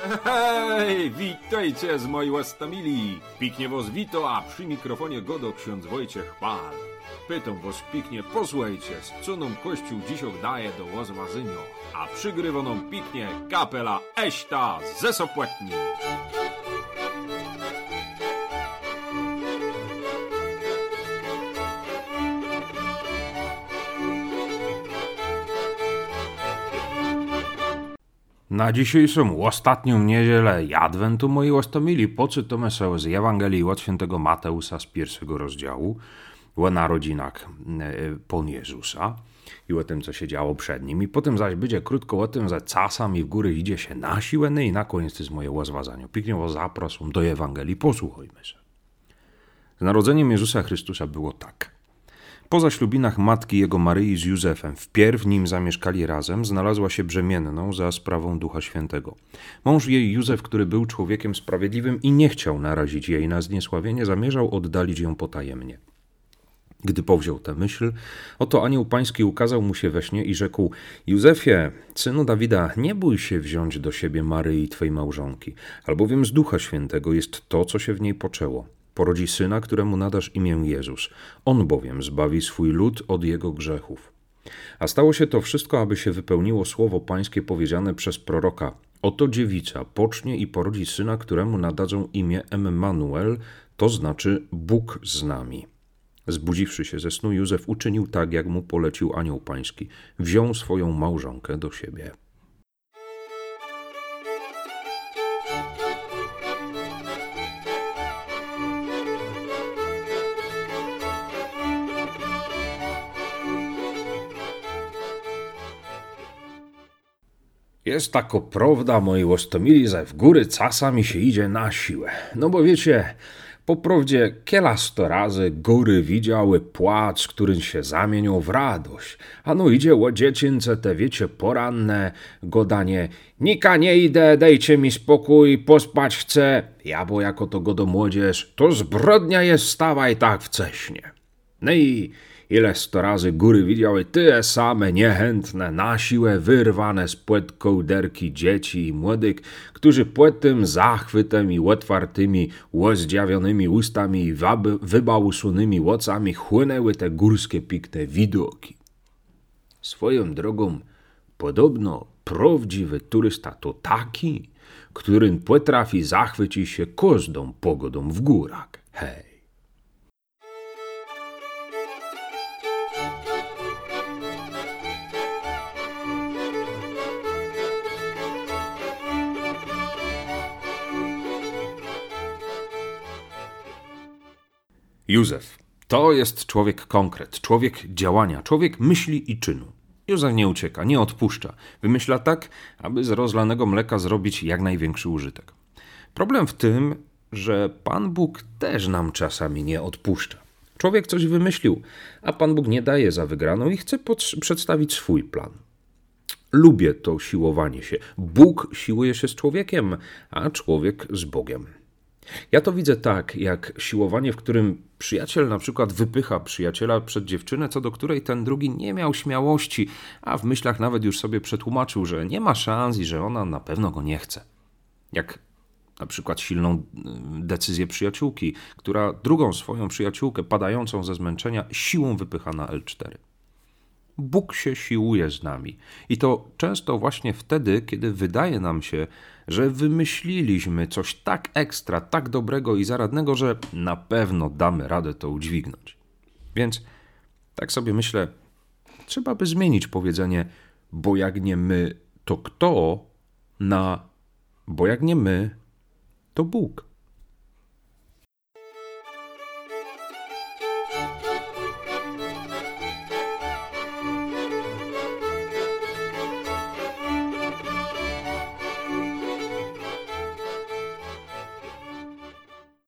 Hej, witajcie z mojej łastamili. Piknie was wito, a przy mikrofonie godo ksiądz Wojciech Pal. Pytam was piknie, posłuchajcie, z co nam Kościół dzisiaj daje do łazwazynio, a przygrywa nam piknie kapela Eśta ze Sopłetni. Na dzisiejszą ostatnią niedzielę Adwentu moi łastomili poczytamy sobie z Ewangelii od świętego Mateusa z pierwszego rozdziału o narodzinach Pan Jezusa i o tym, co się działo przed nim. I potem zaś będzie krótko o tym, że czasami w góry idzie się na siłę, no i na koniec jest moje łazwazanie. Pięknie was zapraszam do Ewangelii, posłuchajmy się. Z narodzeniem Jezusa Chrystusa było tak. Po zaślubinach matki jego Maryi z Józefem, wpierw nim zamieszkali razem, znalazła się brzemienną za sprawą Ducha Świętego. Mąż jej Józef, który był człowiekiem sprawiedliwym i nie chciał narazić jej na zniesławienie, zamierzał oddalić ją potajemnie. Gdy powziął tę myśl, oto anioł pański ukazał mu się we śnie i rzekł: Józefie, synu Dawida, nie bój się wziąć do siebie Maryi, twej małżonki, albowiem z Ducha Świętego jest to, co się w niej poczęło. Porodzi syna, któremu nadasz imię Jezus. On bowiem zbawi swój lud od jego grzechów. A stało się to wszystko, aby się wypełniło słowo pańskie powiedziane przez proroka. Oto dziewica pocznie i porodzi syna, któremu nadadzą imię Emmanuel, to znaczy Bóg z nami. Zbudziwszy się ze snu, Józef uczynił tak, jak mu polecił anioł pański. Wziął swoją małżonkę do siebie. Jest tako prawda, moi łostomili, że w góry czasami się idzie na siłę. No bo wiecie, po prawdzie kielasto razy góry widziały płacz, który się zamienił w radość. A no idzie o dziecięce te, wiecie, poranne godanie. Nika nie idę, dejcie mi spokój, pospać chcę. Ja bo jako to godo młodzież, to zbrodnia jest, stawaj tak wcześnie. No i ileż to razy góry widziały tyle same niechętne, na siłę wyrwane z płet kołderki dzieci i młodych, którzy płetym zachwytem i otwartymi, łozdziawionymi ustami i wybałusonymi łocami chłynęły te górskie piękne widoki. Swoją drogą, podobno prawdziwy turysta to taki, którym potrafi zachwycić się każdą pogodą w górach. Hej! Józef to jest człowiek konkret, człowiek działania, człowiek myśli i czynu. Józef nie ucieka, nie odpuszcza. Wymyśla tak, aby z rozlanego mleka zrobić jak największy użytek. Problem w tym, że Pan Bóg też nam czasami nie odpuszcza. Człowiek coś wymyślił, a Pan Bóg nie daje za wygraną i chce przedstawić swój plan. Lubię to siłowanie się. Bóg siłuje się z człowiekiem, a człowiek z Bogiem. Ja to widzę tak, jak siłowanie, w którym przyjaciel na przykład wypycha przyjaciela przed dziewczynę, co do której ten drugi nie miał śmiałości, a w myślach nawet już sobie przetłumaczył, że nie ma szans i że ona na pewno go nie chce. Jak na przykład silną decyzję przyjaciółki, która drugą swoją przyjaciółkę padającą ze zmęczenia siłą wypycha na L4. Bóg się siłuje z nami i to często właśnie wtedy, kiedy wydaje nam się, że wymyśliliśmy coś tak ekstra, tak dobrego i zaradnego, że na pewno damy radę to udźwignąć. Więc tak sobie myślę, trzeba by zmienić powiedzenie, bo jak nie my, to kto, na bo jak nie my, to Bóg.